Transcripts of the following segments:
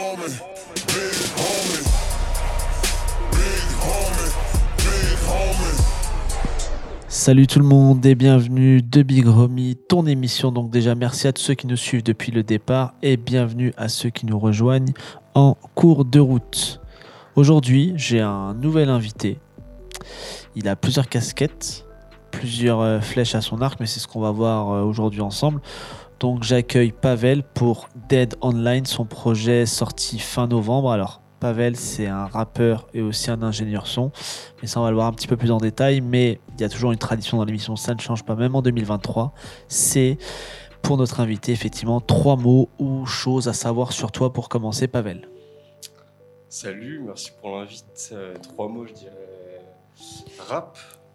homie, big homie, big homie, big homie. Salut tout le monde et bienvenue de Big Homie, ton émission. Donc déjà merci à tous ceux qui nous suivent depuis le départ et bienvenue à ceux qui nous rejoignent en cours de route. Aujourd'hui j'ai un nouvel invité. Il a plusieurs casquettes, plusieurs flèches à son arc, mais c'est ce qu'on va voir aujourd'hui ensemble. Donc j'accueille Pavel pour Dead Online, son projet sorti fin novembre. Alors Pavel, c'est un rappeur et aussi un ingénieur son, mais ça on va le voir un petit peu plus en détail, mais il y a toujours une tradition dans l'émission, ça ne change pas, même en 2023. C'est pour notre invité effectivement 3 mots ou choses à savoir sur toi pour commencer, Pavel. Salut, merci pour l'invite. 3 mots, je dirais rap,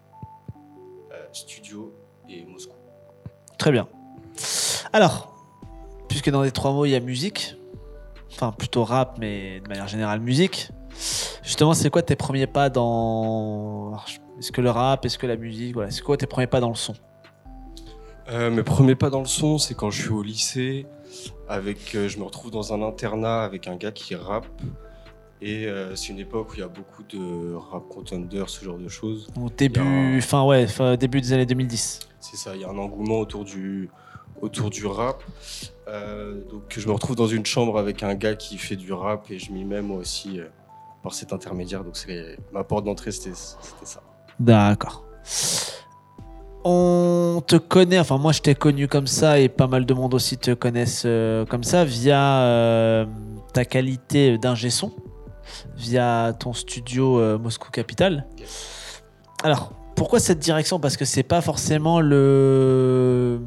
studio et Moscou. Très bien. Alors, puisque dans les 3 mots il y a musique, enfin plutôt rap, mais de manière générale musique, justement c'est quoi tes premiers pas dans... Alors, est-ce que le rap, est-ce que la musique, voilà, c'est quoi tes premiers pas dans le son? Mes premiers pas dans le son, c'est quand je suis au lycée, je me retrouve dans un internat avec un gars qui rappe. Et c'est une époque où il y a beaucoup de rap contender, ce genre de choses. Au début, début des années 2010. C'est ça, il y a un engouement autour du rap. Donc je me retrouve dans une chambre avec un gars qui fait du rap et je m'y mets moi aussi par cet intermédiaire. Donc c'est ma porte d'entrée, c'était ça. D'accord. On te connaît, enfin moi je t'ai connu comme ça et pas mal de monde aussi te connaissent comme ça via ta qualité d'ingé son, via ton studio Moscou Capital. Yes. Alors, pourquoi cette direction? Parce que c'est pas forcément le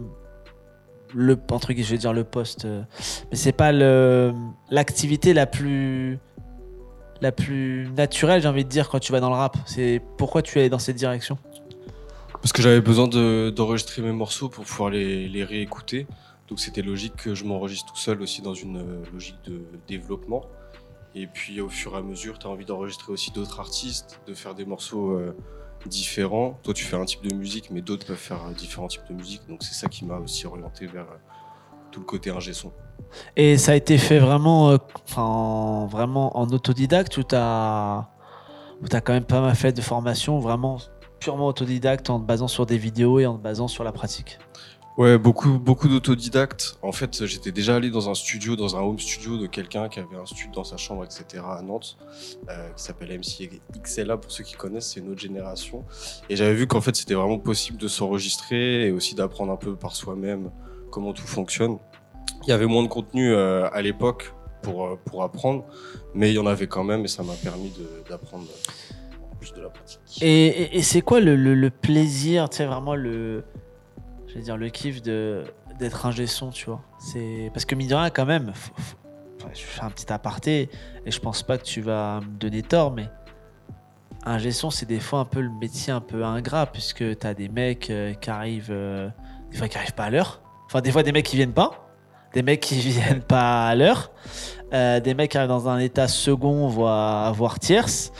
entre guillemets, je vais dire le poste, mais c'est pas l'activité la plus naturelle, j'ai envie de dire, quand tu vas dans le rap. C'est pourquoi tu es allé dans cette direction? Parce que j'avais besoin d'enregistrer mes morceaux pour pouvoir les réécouter. Donc c'était logique que je m'enregistre tout seul aussi dans une logique de développement. Et puis au fur et à mesure, tu as envie d'enregistrer aussi d'autres artistes, de faire des morceaux différents. Toi, tu fais un type de musique, mais d'autres peuvent faire différents types de musique. Donc c'est ça qui m'a aussi orienté vers tout le côté ingé son. Et ça a été fait vraiment, vraiment en autodidacte ou t'as quand même pas mal fait de formation, vraiment purement autodidacte en te basant sur des vidéos et en te basant sur la pratique? Ouais, beaucoup d'autodidactes. En fait, j'étais déjà allé dans un studio, dans un home studio de quelqu'un qui avait un studio dans sa chambre, etc. à Nantes, qui s'appelle MC XLA pour ceux qui connaissent, c'est une autre génération. Et j'avais vu qu'en fait, c'était vraiment possible de s'enregistrer et aussi d'apprendre un peu par soi-même comment tout fonctionne. Il y avait moins de contenu à l'époque pour apprendre, mais il y en avait quand même et ça m'a permis d'apprendre en plus de la pratique. Et c'est quoi le plaisir, tu sais, vraiment le kiff d'être ingé son, tu vois? C'est parce que mine de rien quand même, je fais un petit aparté et je pense pas que tu vas me donner tort, mais ingé son c'est des fois un peu le métier un peu ingrat puisque t'as des mecs qui arrivent, des fois qui arrivent pas à l'heure, enfin des fois des mecs qui viennent pas, des mecs qui viennent pas à l'heure, des mecs qui arrivent dans un état second voire tierce,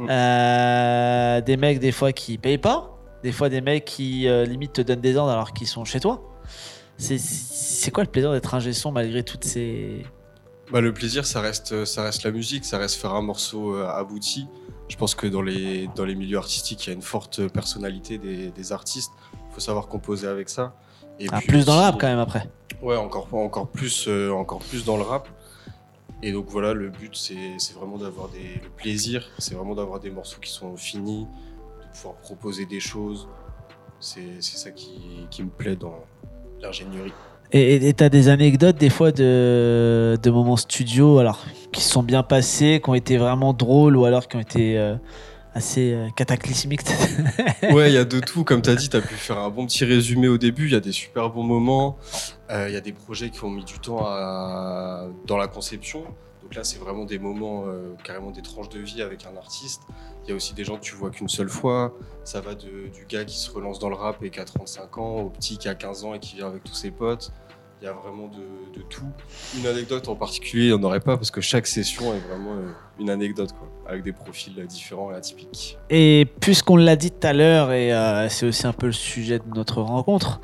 des mecs des fois qui payent pas. Des fois, des mecs qui limite te donnent des ordres alors qu'ils sont chez toi. C'est quoi le plaisir d'être ingé son malgré toutes ces... Le plaisir, ça reste la musique, ça reste faire un morceau abouti. Je pense que dans les milieux artistiques, il y a une forte personnalité des artistes. Il faut savoir composer avec ça. Et puis plus aussi, dans le rap quand même après. Ouais, encore plus dans le rap. Et donc voilà, le but, c'est vraiment d'avoir le plaisir, c'est vraiment d'avoir des morceaux qui sont finis, de pouvoir proposer des choses. C'est ça qui me plaît dans l'ingénierie. Et t'as des anecdotes des fois de moments studio alors, qui se sont bien passés, qui ont été vraiment drôles ou alors qui ont été assez cataclysmiques? Ouais, il y a de tout. Comme tu as dit, tu as pu faire un bon petit résumé au début. Il y a des super bons moments. Il y a des projets qui ont mis du temps dans la conception. Donc là, c'est vraiment des moments, carrément des tranches de vie avec un artiste. Il y a aussi des gens que tu vois qu'une seule fois. Ça va du gars qui se relance dans le rap et qui a 35 ans, au petit qui a 15 ans et qui vient avec tous ses potes. Il y a vraiment de tout. Une anecdote en particulier, il n'y en aurait pas parce que chaque session est vraiment une anecdote, quoi, avec des profils différents et atypiques. Et puisqu'on l'a dit tout à l'heure, et c'est aussi un peu le sujet de notre rencontre,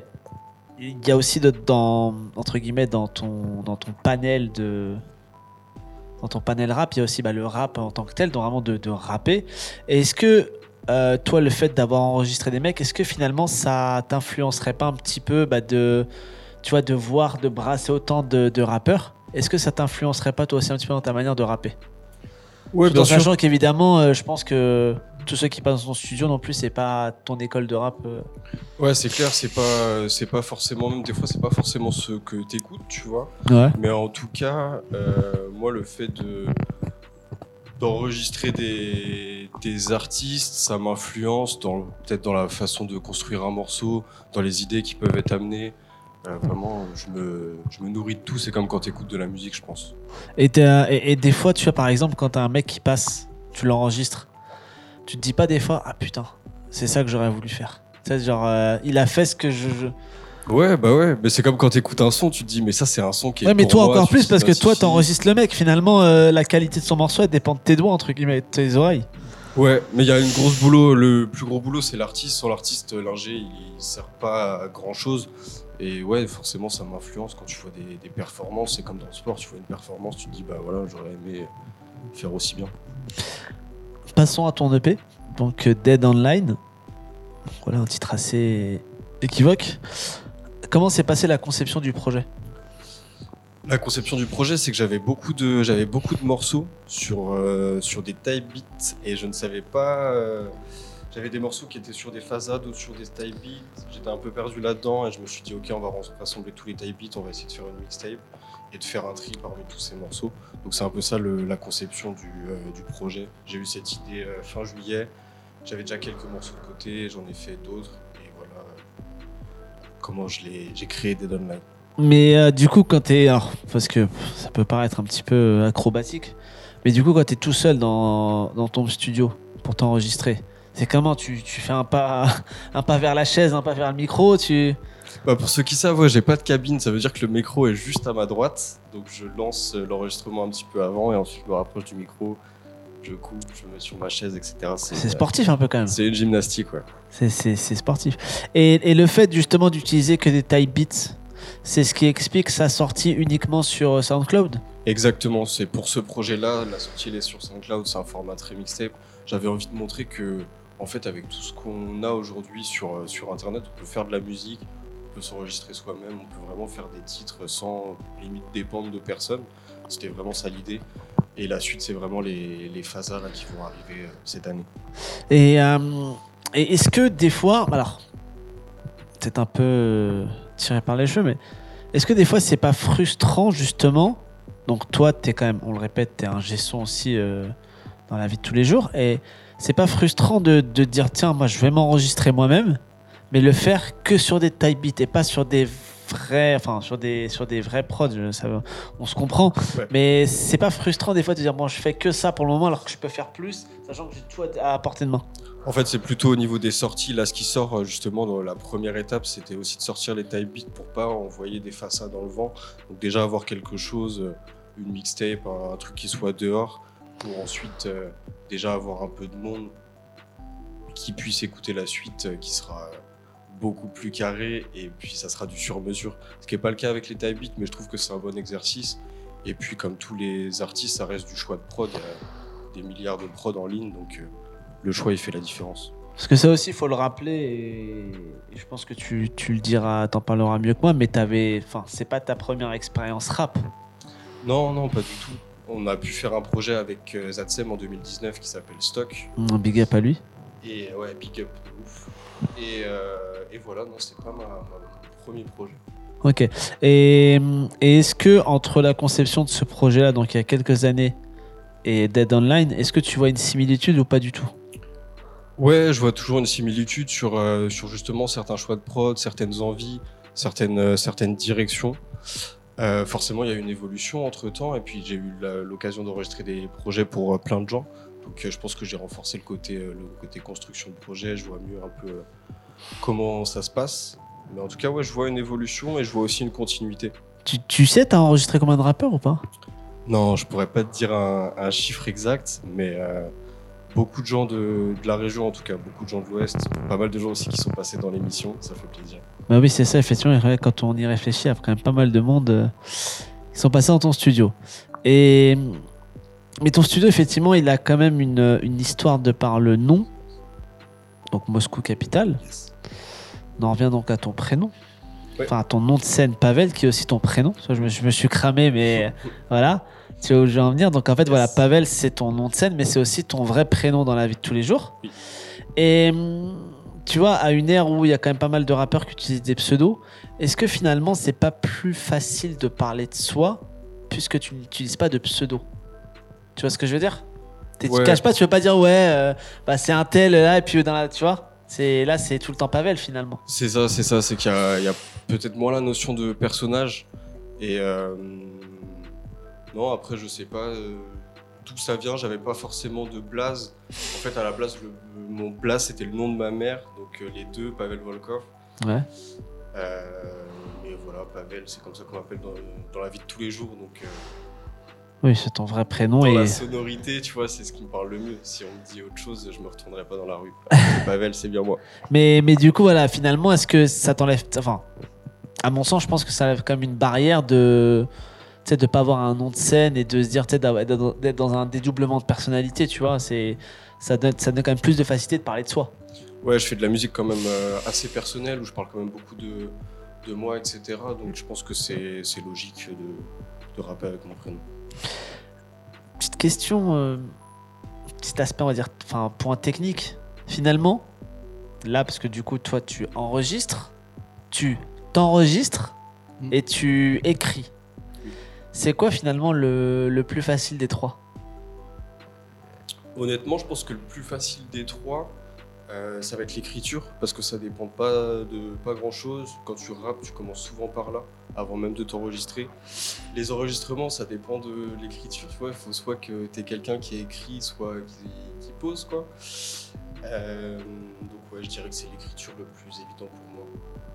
il y a aussi entre guillemets dans ton panel dans ton panel rap, il y a aussi le rap en tant que tel, donc vraiment de rapper. Et est-ce que toi, le fait d'avoir enregistré des mecs, est-ce que finalement ça t'influencerait pas un petit peu tu vois, de brasser autant de rappeurs? Est-ce que ça t'influencerait pas toi aussi un petit peu dans ta manière de rapper? Ouais, Tout en sachant qu'évidemment, je pense que tous ceux qui passent dans ton studio non plus, c'est pas ton école de rap. Ouais, c'est clair, c'est pas forcément, même des fois, c'est pas forcément ce que t'écoutes, tu vois. Ouais. Mais en tout cas, moi, le fait d'enregistrer des artistes, ça m'influence peut-être dans la façon de construire un morceau, dans les idées qui peuvent être amenées. Vraiment, je me nourris de tout. C'est comme quand t'écoutes de la musique, je pense. Et des fois, tu vois, par exemple, quand t'as un mec qui passe, tu l'enregistres, tu te dis pas des fois, ah putain, c'est ça que j'aurais voulu faire. Tu sais, genre, il a fait ce que je... Ouais, bah ouais, mais c'est comme quand t'écoutes un son, tu te dis, mais ça, c'est un son qui est. Ouais, mais pour toi moi, encore tu plus, te parce que toi, identifies. t'enregistres le mec. Finalement, la qualité de son morceau, elle dépend de tes doigts, entre guillemets, de tes oreilles. Ouais, mais il y a une grosse boulot. Le plus gros boulot, c'est l'artiste. Sans l'artiste, l'ingé, il sert pas à grand chose. Et ouais, forcément, ça m'influence quand tu vois des performances. C'est comme dans le sport, tu vois une performance, tu te dis, bah voilà, j'aurais aimé faire aussi bien. Passons à ton EP, donc Dead Online. Donc, voilà un titre assez équivoque. Comment s'est passée la conception du projet? La conception du projet, c'est que j'avais beaucoup de morceaux sur des type beats et je ne savais pas. J'avais des morceaux qui étaient sur des phases, d'autres sur des type beats. J'étais un peu perdu là-dedans et je me suis dit, ok, on va rassembler tous les type beats, on va essayer de faire une mixtape et de faire un tri parmi tous ces morceaux. Donc c'est un peu ça la conception du projet. J'ai eu cette idée fin juillet. J'avais déjà quelques morceaux de côté, j'en ai fait d'autres et voilà comment j'ai créé Dead Online. Mais du coup, quand t'es... Alors, parce que ça peut paraître un petit peu acrobatique, mais du coup, quand t'es tout seul dans ton studio pour t'enregistrer, c'est comment tu fais un pas vers la chaise, un pas vers le micro, Bah pour ceux qui savent, ouais, j'ai pas de cabine, ça veut dire que le micro est juste à ma droite. Donc je lance l'enregistrement un petit peu avant et ensuite je me rapproche du micro, je coupe, je me mets sur ma chaise, etc. C'est sportif un peu quand même. C'est une gymnastique, ouais. C'est sportif. Et le fait justement d'utiliser que des type beats, c'est ce qui explique sa sortie uniquement sur SoundCloud? Exactement, c'est pour ce projet-là, la sortie elle est sur SoundCloud, c'est un format très mixtape. J'avais envie de montrer que, en fait, avec tout ce qu'on a aujourd'hui sur Internet, on peut faire de la musique, on peut s'enregistrer soi-même, on peut vraiment faire des titres sans limite dépendre de personne. C'était vraiment ça l'idée. Et la suite, c'est vraiment les phases là qui vont arriver cette année. Et est-ce que des fois, alors, peut-être un peu tiré par les cheveux, mais est-ce que des fois c'est pas frustrant justement? Donc toi, t'es quand même, on le répète, t'es un G-son aussi dans la vie de tous les jours, et c'est pas frustrant de dire tiens, moi je vais m'enregistrer moi-même, mais le faire que sur des type beats et pas sur des vrais, enfin sur des vrais prods, on se comprend, Ouais. mais c'est pas frustrant des fois de dire bon, je fais que ça pour le moment alors que je peux faire plus, sachant que j'ai tout à portée de main. En fait, c'est plutôt au niveau des sorties. Là, ce qui sort justement dans la première étape, c'était aussi de sortir les type beats pour pas envoyer des façades dans le vent. Donc déjà avoir quelque chose, une mixtape, un truc qui soit dehors, pour ensuite déjà avoir un peu de monde qui puisse écouter la suite, qui sera beaucoup plus carré et puis ça sera du sur-mesure. Ce qui n'est pas le cas avec les type beats, mais je trouve que c'est un bon exercice. Et puis comme tous les artistes, ça reste du choix de prod. Il y a des milliards de prods en ligne, donc le choix il fait la différence. Parce que ça aussi, il faut le rappeler, et je pense que tu le diras, t'en parleras mieux que moi, mais c'est pas ta première expérience rap. Non, pas du tout. On a pu faire un projet avec Zatsem en 2019 qui s'appelle Stock. Big up à lui. Et ouais, big up de ouf. Et voilà, non, c'est pas mon premier projet. Ok. Et est-ce que entre la conception de ce projet-là, donc il y a quelques années, et Dead Online, est-ce que tu vois une similitude ou pas du tout? Ouais, je vois toujours une similitude sur justement certains choix de prod, certaines envies, certaines directions. Forcément, il y a une évolution entre-temps, et puis j'ai eu l'occasion d'enregistrer des projets pour plein de gens. Donc je pense que j'ai renforcé le côté construction de projet, je vois mieux un peu comment ça se passe. Mais en tout cas, ouais, je vois une évolution et je vois aussi une continuité. Tu sais, t'as enregistré combien de rappeurs ou pas? Non, je pourrais pas te dire un chiffre exact, mais beaucoup de gens de la région, en tout cas, beaucoup de gens de l'Ouest, pas mal de gens aussi qui sont passés dans l'émission, ça fait plaisir. Bah oui, c'est ça, effectivement, quand on y réfléchit, il y a quand même pas mal de monde qui sont passés dans ton studio. Et Mais ton studio, effectivement, il a quand même une histoire de par le nom. Donc Moscou Capital. On en revient donc à ton prénom. Ouais. Enfin, à ton nom de scène, Pavel, qui est aussi ton prénom. Je me suis cramé, mais voilà. Tu vois où je vais en venir. Donc en fait, voilà, Pavel, c'est ton nom de scène, mais c'est aussi ton vrai prénom dans la vie de tous les jours. Oui. Et tu vois, à une ère où il y a quand même pas mal de rappeurs qui utilisent des pseudos, est-ce que finalement, c'est pas plus facile de parler de soi puisque tu n'utilises pas de pseudo? Tu vois ce que je veux dire? Tu Ouais. caches pas, tu veux pas dire c'est un tel là, et puis dans la, tu vois? Là, c'est tout le temps Pavel finalement. C'est ça, c'est qu'il y a peut-être moins la notion de personnage. Et non, après, je sais pas d'où ça vient, j'avais pas forcément de blaze. En fait, à la base, mon blaze, c'était le nom de ma mère, donc les deux, Pavel Volkov. Ouais. Et voilà, Pavel, c'est comme ça qu'on m'appelle dans la vie de tous les jours. Donc, Oui, c'est ton vrai prénom. dans Et la sonorité, tu vois, c'est ce qui me parle le mieux. Si on me dit autre chose, je me retournerai pas dans la rue. Pavel, c'est bien moi. mais du coup, voilà, finalement, est-ce que ça t'enlève. Enfin, à mon sens, je pense que ça enlève quand même une barrière de. Tu sais, de pas avoir un nom de scène et de se dire, tu sais, d'être dans un dédoublement de personnalité, tu vois. Ça donne quand même plus de facilité de parler de soi. Ouais, je fais de la musique quand même assez personnelle, où je parle quand même beaucoup de moi, etc. Donc je pense que c'est logique de rapper avec mon prénom. Petite question, petit aspect, on va dire, enfin, point technique. Finalement, là, parce que du coup, toi, tu enregistres, tu t'enregistres et tu écris. C'est quoi finalement le plus facile des trois? Honnêtement, je pense que le plus facile des trois, ça va être l'écriture, parce que ça dépend pas grand chose. Quand tu rappes, tu commences souvent par là, avant même de t'enregistrer. Les enregistrements, ça dépend de l'écriture, tu vois. Il faut soit que tu aies quelqu'un qui écrit, soit qui pose, quoi. Donc ouais, je dirais que c'est l'écriture le plus évident pour moi.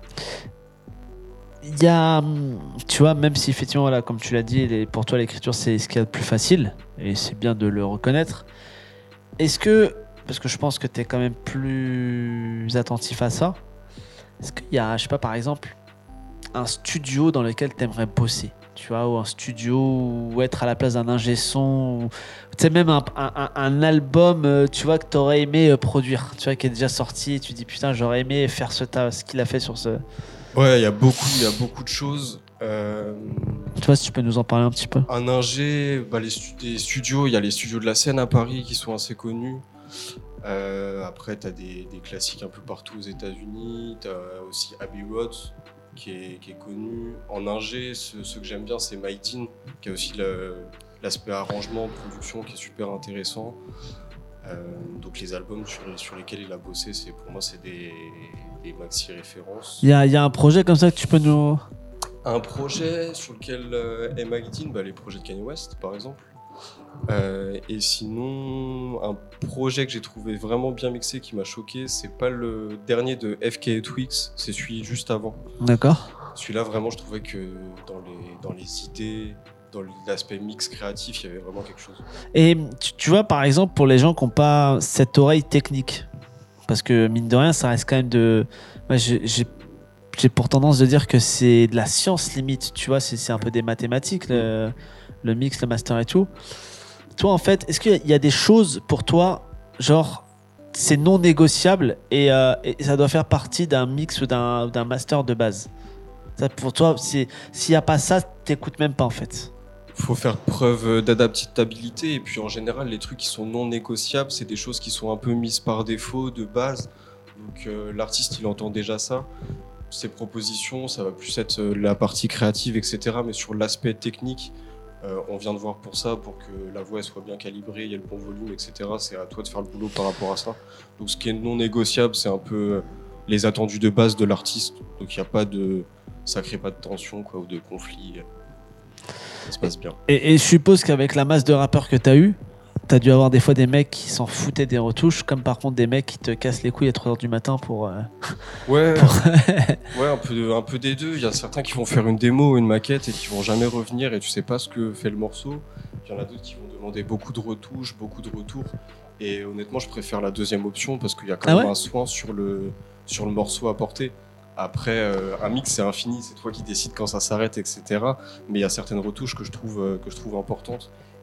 Il y a, tu vois, même si effectivement, voilà, comme tu l'as dit, pour toi, l'écriture, c'est ce qu'il y a de plus facile, et c'est bien de le reconnaître. Est-ce que, parce que je pense que tu es quand même plus attentif à ça, est-ce qu'il y a, je sais pas, par exemple, un studio dans lequel tu aimerais bosser, tu vois, ou un studio, ou être à la place d'un ingé son, ou tu sais, même un album, tu vois, que tu aurais aimé produire, tu vois, qui est déjà sorti, et tu dis, putain, j'aurais aimé faire ce qu'il a fait sur ce... Ouais, il y a beaucoup de choses. Tu vois, si tu peux nous en parler un petit peu. Un ingé, les studios, il y a les studios de la scène à Paris qui sont assez connus. Après, tu as des classiques un peu partout aux États-Unis. Tu as aussi Abbey Road qui est connu. En ingé, ce que j'aime bien, c'est Maïdine, qui a aussi l'aspect arrangement, production qui est super intéressant. Donc les albums sur lesquels il a bossé, pour moi, c'est des maxi références. Il y a un projet comme ça que tu peux nous... Un projet sur lequel est Maïdine, les projets de Kanye West, par exemple. Et sinon, un projet que j'ai trouvé vraiment bien mixé, qui m'a choqué, c'est pas le dernier de FK Twix, c'est celui juste avant. D'accord. Celui-là, vraiment, je trouvais que dans les idées, dans l'aspect mix créatif, il y avait vraiment quelque chose. Et tu vois, par exemple, pour les gens qui n'ont pas cette oreille technique, parce que mine de rien, ça reste quand même de... Moi, j'ai pour tendance de dire que c'est de la science limite, tu vois, c'est un peu des mathématiques, le mix, le master et tout. Toi, en fait, est-ce qu'il y a des choses pour toi, genre, c'est non négociable et ça doit faire partie d'un mix ou d'un master de base? Ça, pour toi, s'il n'y a pas ça, t'écoutes même pas, en fait. Faut faire preuve d'adaptabilité, et puis en général, les trucs qui sont non négociables, c'est des choses qui sont un peu mises par défaut de base. Donc l'artiste, il entend déjà ça. Ses propositions, ça va plus être la partie créative, etc. Mais sur l'aspect technique, on vient de voir pour ça, pour que la voix soit bien calibrée, il y a le bon volume, etc. C'est à toi de faire le boulot par rapport à ça. Donc ce qui est non négociable, c'est un peu les attendus de base de l'artiste. Donc ça crée pas de tension, quoi, ou de conflit. Ça se passe bien. Et je suppose qu'avec la masse de rappeurs que t'as eu, t'as dû avoir des fois des mecs qui s'en foutaient des retouches, comme par contre des mecs qui te cassent les couilles à 3h du matin pour... Ouais, ouais, un peu des deux. Il y a certains qui vont faire une démo, une maquette et qui vont jamais revenir et tu sais pas ce que fait le morceau. Il y en a d'autres qui vont demander beaucoup de retouches, beaucoup de retours. Et honnêtement, je préfère la deuxième option parce qu'il y a quand même un soin sur le morceau apporté. Après, un mix, c'est infini, c'est toi qui décides quand ça s'arrête, etc. Mais il y a certaines retouches que je trouve importantes.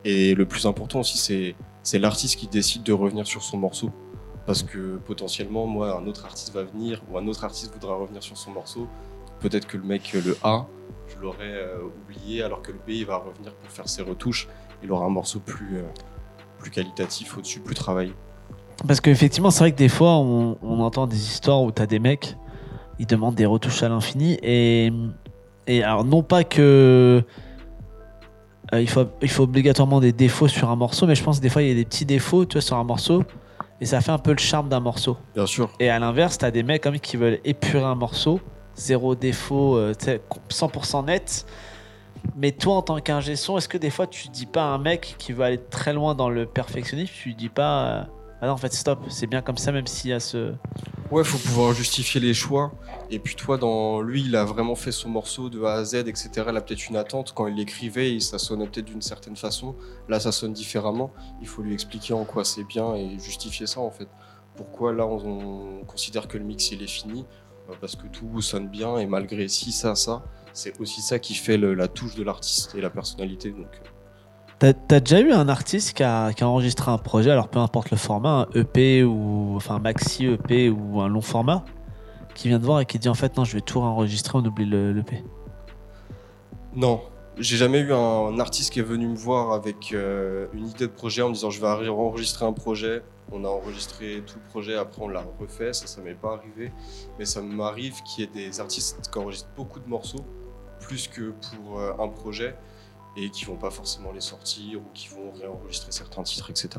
Et le plus important aussi, c'est l'artiste qui décide de revenir sur son morceau. Parce que potentiellement, moi, un autre artiste va venir, ou un autre artiste voudra revenir sur son morceau. Peut-être que le mec, le A, je l'aurais oublié, alors que le B, il va revenir pour faire ses retouches. Il aura un morceau plus qualitatif au-dessus, plus travaillé. Parce qu'effectivement, c'est vrai que des fois, on entend des histoires où t'as des mecs, ils demandent des retouches à l'infini. Et alors, non pas que il faut obligatoirement des défauts sur un morceau, mais je pense que des fois, il y a des petits défauts, tu vois, sur un morceau. Et ça fait un peu le charme d'un morceau. Bien sûr. Et à l'inverse, t'as des mecs comme qui veulent épurer un morceau, zéro défaut, 100% net. Mais toi, en tant qu'ingé son, est-ce que des fois, tu dis pas à un mec qui veut aller très loin dans le perfectionnisme, tu lui dis pas ah non, en fait, stop, c'est bien comme ça, même s'il y a ce... Ouais, faut pouvoir justifier les choix. Et puis toi, lui, il a vraiment fait son morceau de A à Z, etc. Il a peut-être une attente. Quand il l'écrivait, ça sonnait peut-être d'une certaine façon. Là, ça sonne différemment. Il faut lui expliquer en quoi c'est bien et justifier ça, en fait. Pourquoi là, on considère que le mix, il est fini ? Parce que tout sonne bien et malgré ça, c'est aussi ça qui fait la touche de l'artiste et la personnalité. Donc... T'as déjà eu un artiste qui a enregistré un projet, alors peu importe le format, un EP ou enfin maxi EP ou un long format, qui vient te voir et qui dit en fait non, je vais tout enregistrer, on oublie l'EP. Non, j'ai jamais eu un artiste qui est venu me voir avec une idée de projet en me disant je vais enregistrer un projet. On a enregistré tout le projet, après on l'a refait, ça m'est pas arrivé. Mais ça m'arrive qu'il y ait des artistes qui enregistrent beaucoup de morceaux, plus que pour un projet, et qui vont pas forcément les sortir ou qui vont réenregistrer certains titres, etc.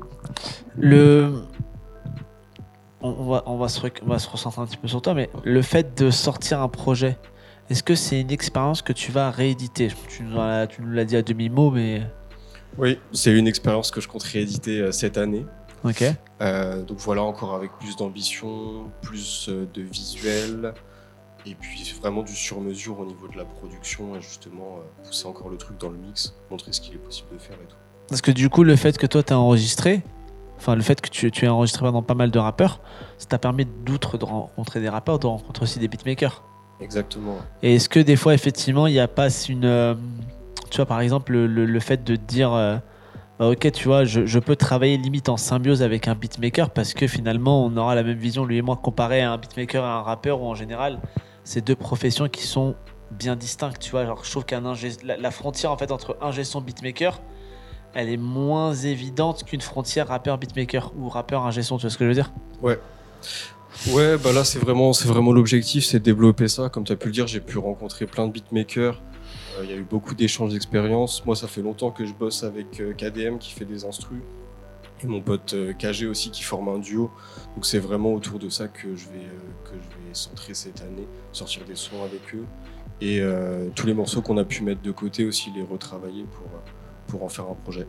On va se recentrer un petit peu sur toi, mais le fait de sortir un projet, est-ce que c'est une expérience que tu vas rééditer ? Tu nous l'as dit à demi-mot, mais... Oui, c'est une expérience que je compte rééditer cette année. Ok. Donc voilà, encore avec plus d'ambition, plus de visuel, et puis vraiment du sur-mesure au niveau de la production, et justement pousser encore le truc dans le mix, montrer ce qu'il est possible de faire et tout. Parce que du coup, le fait que toi t'as enregistré, enfin le fait que tu aies enregistré dans pas mal de rappeurs, ça t'a permis d'outre de rencontrer des rappeurs, de rencontrer aussi des beatmakers. Exactement. Et est-ce que des fois, effectivement, il n'y a pas une... tu vois, par exemple, le fait de te dire... ok, tu vois, je peux travailler limite en symbiose avec un beatmaker parce que finalement, on aura la même vision, lui et moi, comparé à un beatmaker et à un rappeur, où en général, c'est deux professions qui sont bien distinctes, tu vois. Genre, je trouve la frontière en fait entre ingé son beatmaker, elle est moins évidente qu'une frontière rappeur beatmaker ou rappeur ingé son, tu vois ce que je veux dire ? Ouais, bah là c'est vraiment l'objectif, c'est de développer ça. Comme tu as pu le dire, j'ai pu rencontrer plein de beatmakers. Il y a eu beaucoup d'échanges d'expériences. Moi, ça fait longtemps que je bosse avec KDM qui fait des instrus et mon pote KG aussi qui forme un duo. Donc c'est vraiment autour de ça que je vais centrer cette année, sortir des sons avec eux et tous les morceaux qu'on a pu mettre de côté aussi les retravailler pour en faire un projet.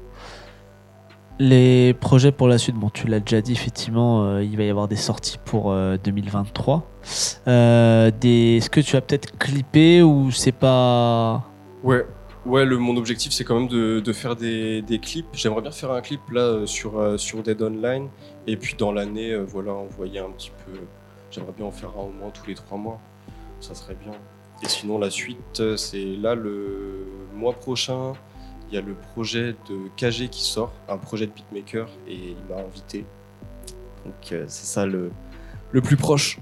Les projets pour la suite, bon, tu l'as déjà dit, effectivement, il va y avoir des sorties pour 2023. Est-ce que tu vas peut-être clipper ou c'est pas... Ouais, mon objectif c'est quand même de faire des clips. J'aimerais bien faire un clip là sur Dead Online et puis dans l'année, envoyer un petit peu. J'aimerais bien en faire un au moins tous les 3 mois. Ça serait bien. Et sinon la suite, c'est là le mois prochain. Il y a le projet de KG qui sort, un projet de beatmaker, et il m'a invité. Donc c'est ça le plus proche.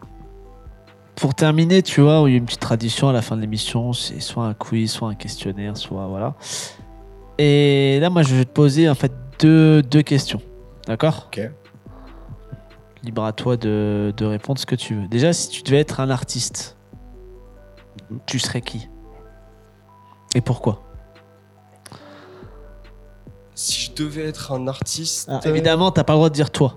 Pour terminer, tu vois, il y a une petite tradition à la fin de l'émission, c'est soit un quiz, soit un questionnaire, soit voilà. Et là, moi, je vais te poser en fait deux questions, d'accord ? Ok. Libre à toi de répondre ce que tu veux. Déjà, si tu devais être un artiste, tu serais qui ? Et pourquoi ? Si je devais être un artiste... Évidemment, t'as pas le droit de dire toi.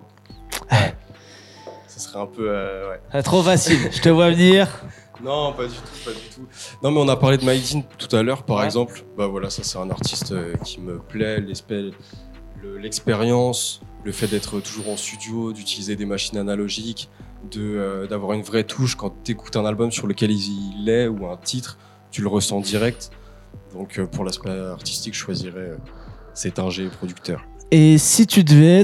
Ça serait un peu... ouais. C'est trop facile, je te vois venir. Non, pas du tout. Non, mais on a parlé de Maïdine tout à l'heure, par exemple. Bah voilà, ça c'est un artiste qui me plaît, l'expérience, le fait d'être toujours en studio, d'utiliser des machines analogiques, d'avoir une vraie touche quand t'écoutes un album sur lequel il est ou un titre, tu le ressens direct. Donc pour l'aspect artistique, je choisirais cet ingé producteur. Et si tu devais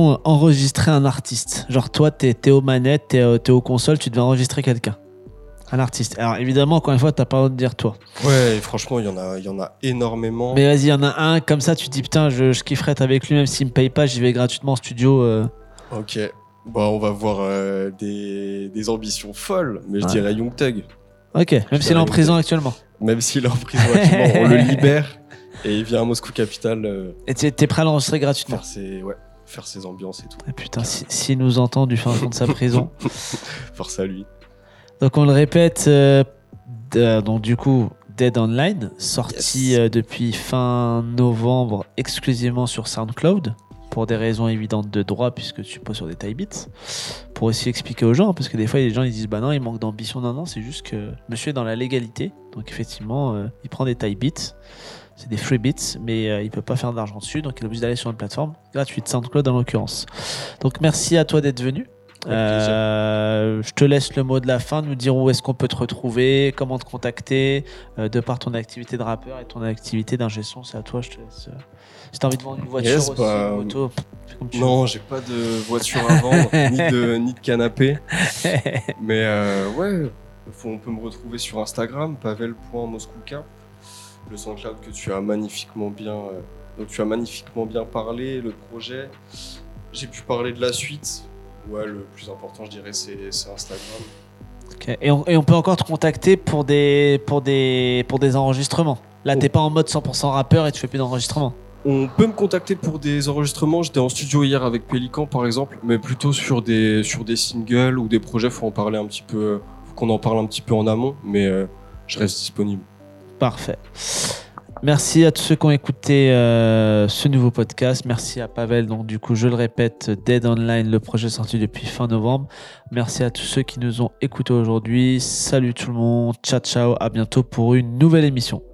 enregistrer un artiste, genre toi t'es aux manettes, t'es aux consoles, tu devais enregistrer quelqu'un. Un artiste. Alors évidemment, encore une fois, t'as pas le droit de dire toi. Ouais, et franchement, il y en a énormément. Mais vas-y, il y en a un, comme ça, tu te dis, putain, je kifferais être avec lui, même s'il me paye pas, j'y vais gratuitement en studio. Ok. Bon, on va voir des ambitions folles, mais je Ouais. dirais Young Thug. Ok, même s'il est en prison actuellement. Même s'il est en prison actuellement, on le libère et il vient à Moscou Capital Et t'es prêt à l'enregistrer gratuitement. faire ses ambiances et tout. Ah, putain, s'il nous entend du fin fond de sa prison. Force à lui. Donc on le répète, donc du coup, Dead Online, sorti depuis fin novembre exclusivement sur SoundCloud, pour des raisons évidentes de droit, puisque tu poses sur des taille beats, pour aussi expliquer aux gens, parce que des fois, les gens ils disent bah non, il manque d'ambition, non, c'est juste que monsieur est dans la légalité, donc effectivement, il prend des taille beats, c'est des free beats, mais il peut pas faire d'argent dessus, donc il est obligé d'aller sur une plateforme gratuite, SoundCloud en l'occurrence. Donc merci à toi d'être venu. Je te laisse le mot de la fin, nous dire où est-ce qu'on peut te retrouver, comment te contacter, de par ton activité de rappeur et ton activité d'ingé son, c'est à toi, je te laisse. Si t'as envie de vendre une voiture aussi, une moto, fais comme tu veux. Non, j'ai pas de voiture à vendre, ni de canapé. Mais ouais, on peut me retrouver sur Instagram, pavel.moscouka. Le SoundCloud que tu as magnifiquement bien, dont tu as magnifiquement bien parlé, le projet. J'ai pu parler de la suite. Ouais, le plus important, je dirais, c'est Instagram. Okay. Et on peut encore te contacter pour des enregistrements. Là, t'es pas en mode 100% rappeur et tu fais plus d'enregistrements. On peut me contacter pour des enregistrements. J'étais en studio hier avec Pélican, par exemple, mais plutôt sur des singles ou des projets. Faut qu'on en parle un petit peu en amont, mais je reste disponible. Parfait. Merci à tous ceux qui ont écouté ce nouveau podcast. Merci à Pavel. Donc du coup, je le répète, Dead Online, le projet sorti depuis fin novembre. Merci à tous ceux qui nous ont écoutés aujourd'hui. Salut tout le monde. Ciao, ciao. À bientôt pour une nouvelle émission.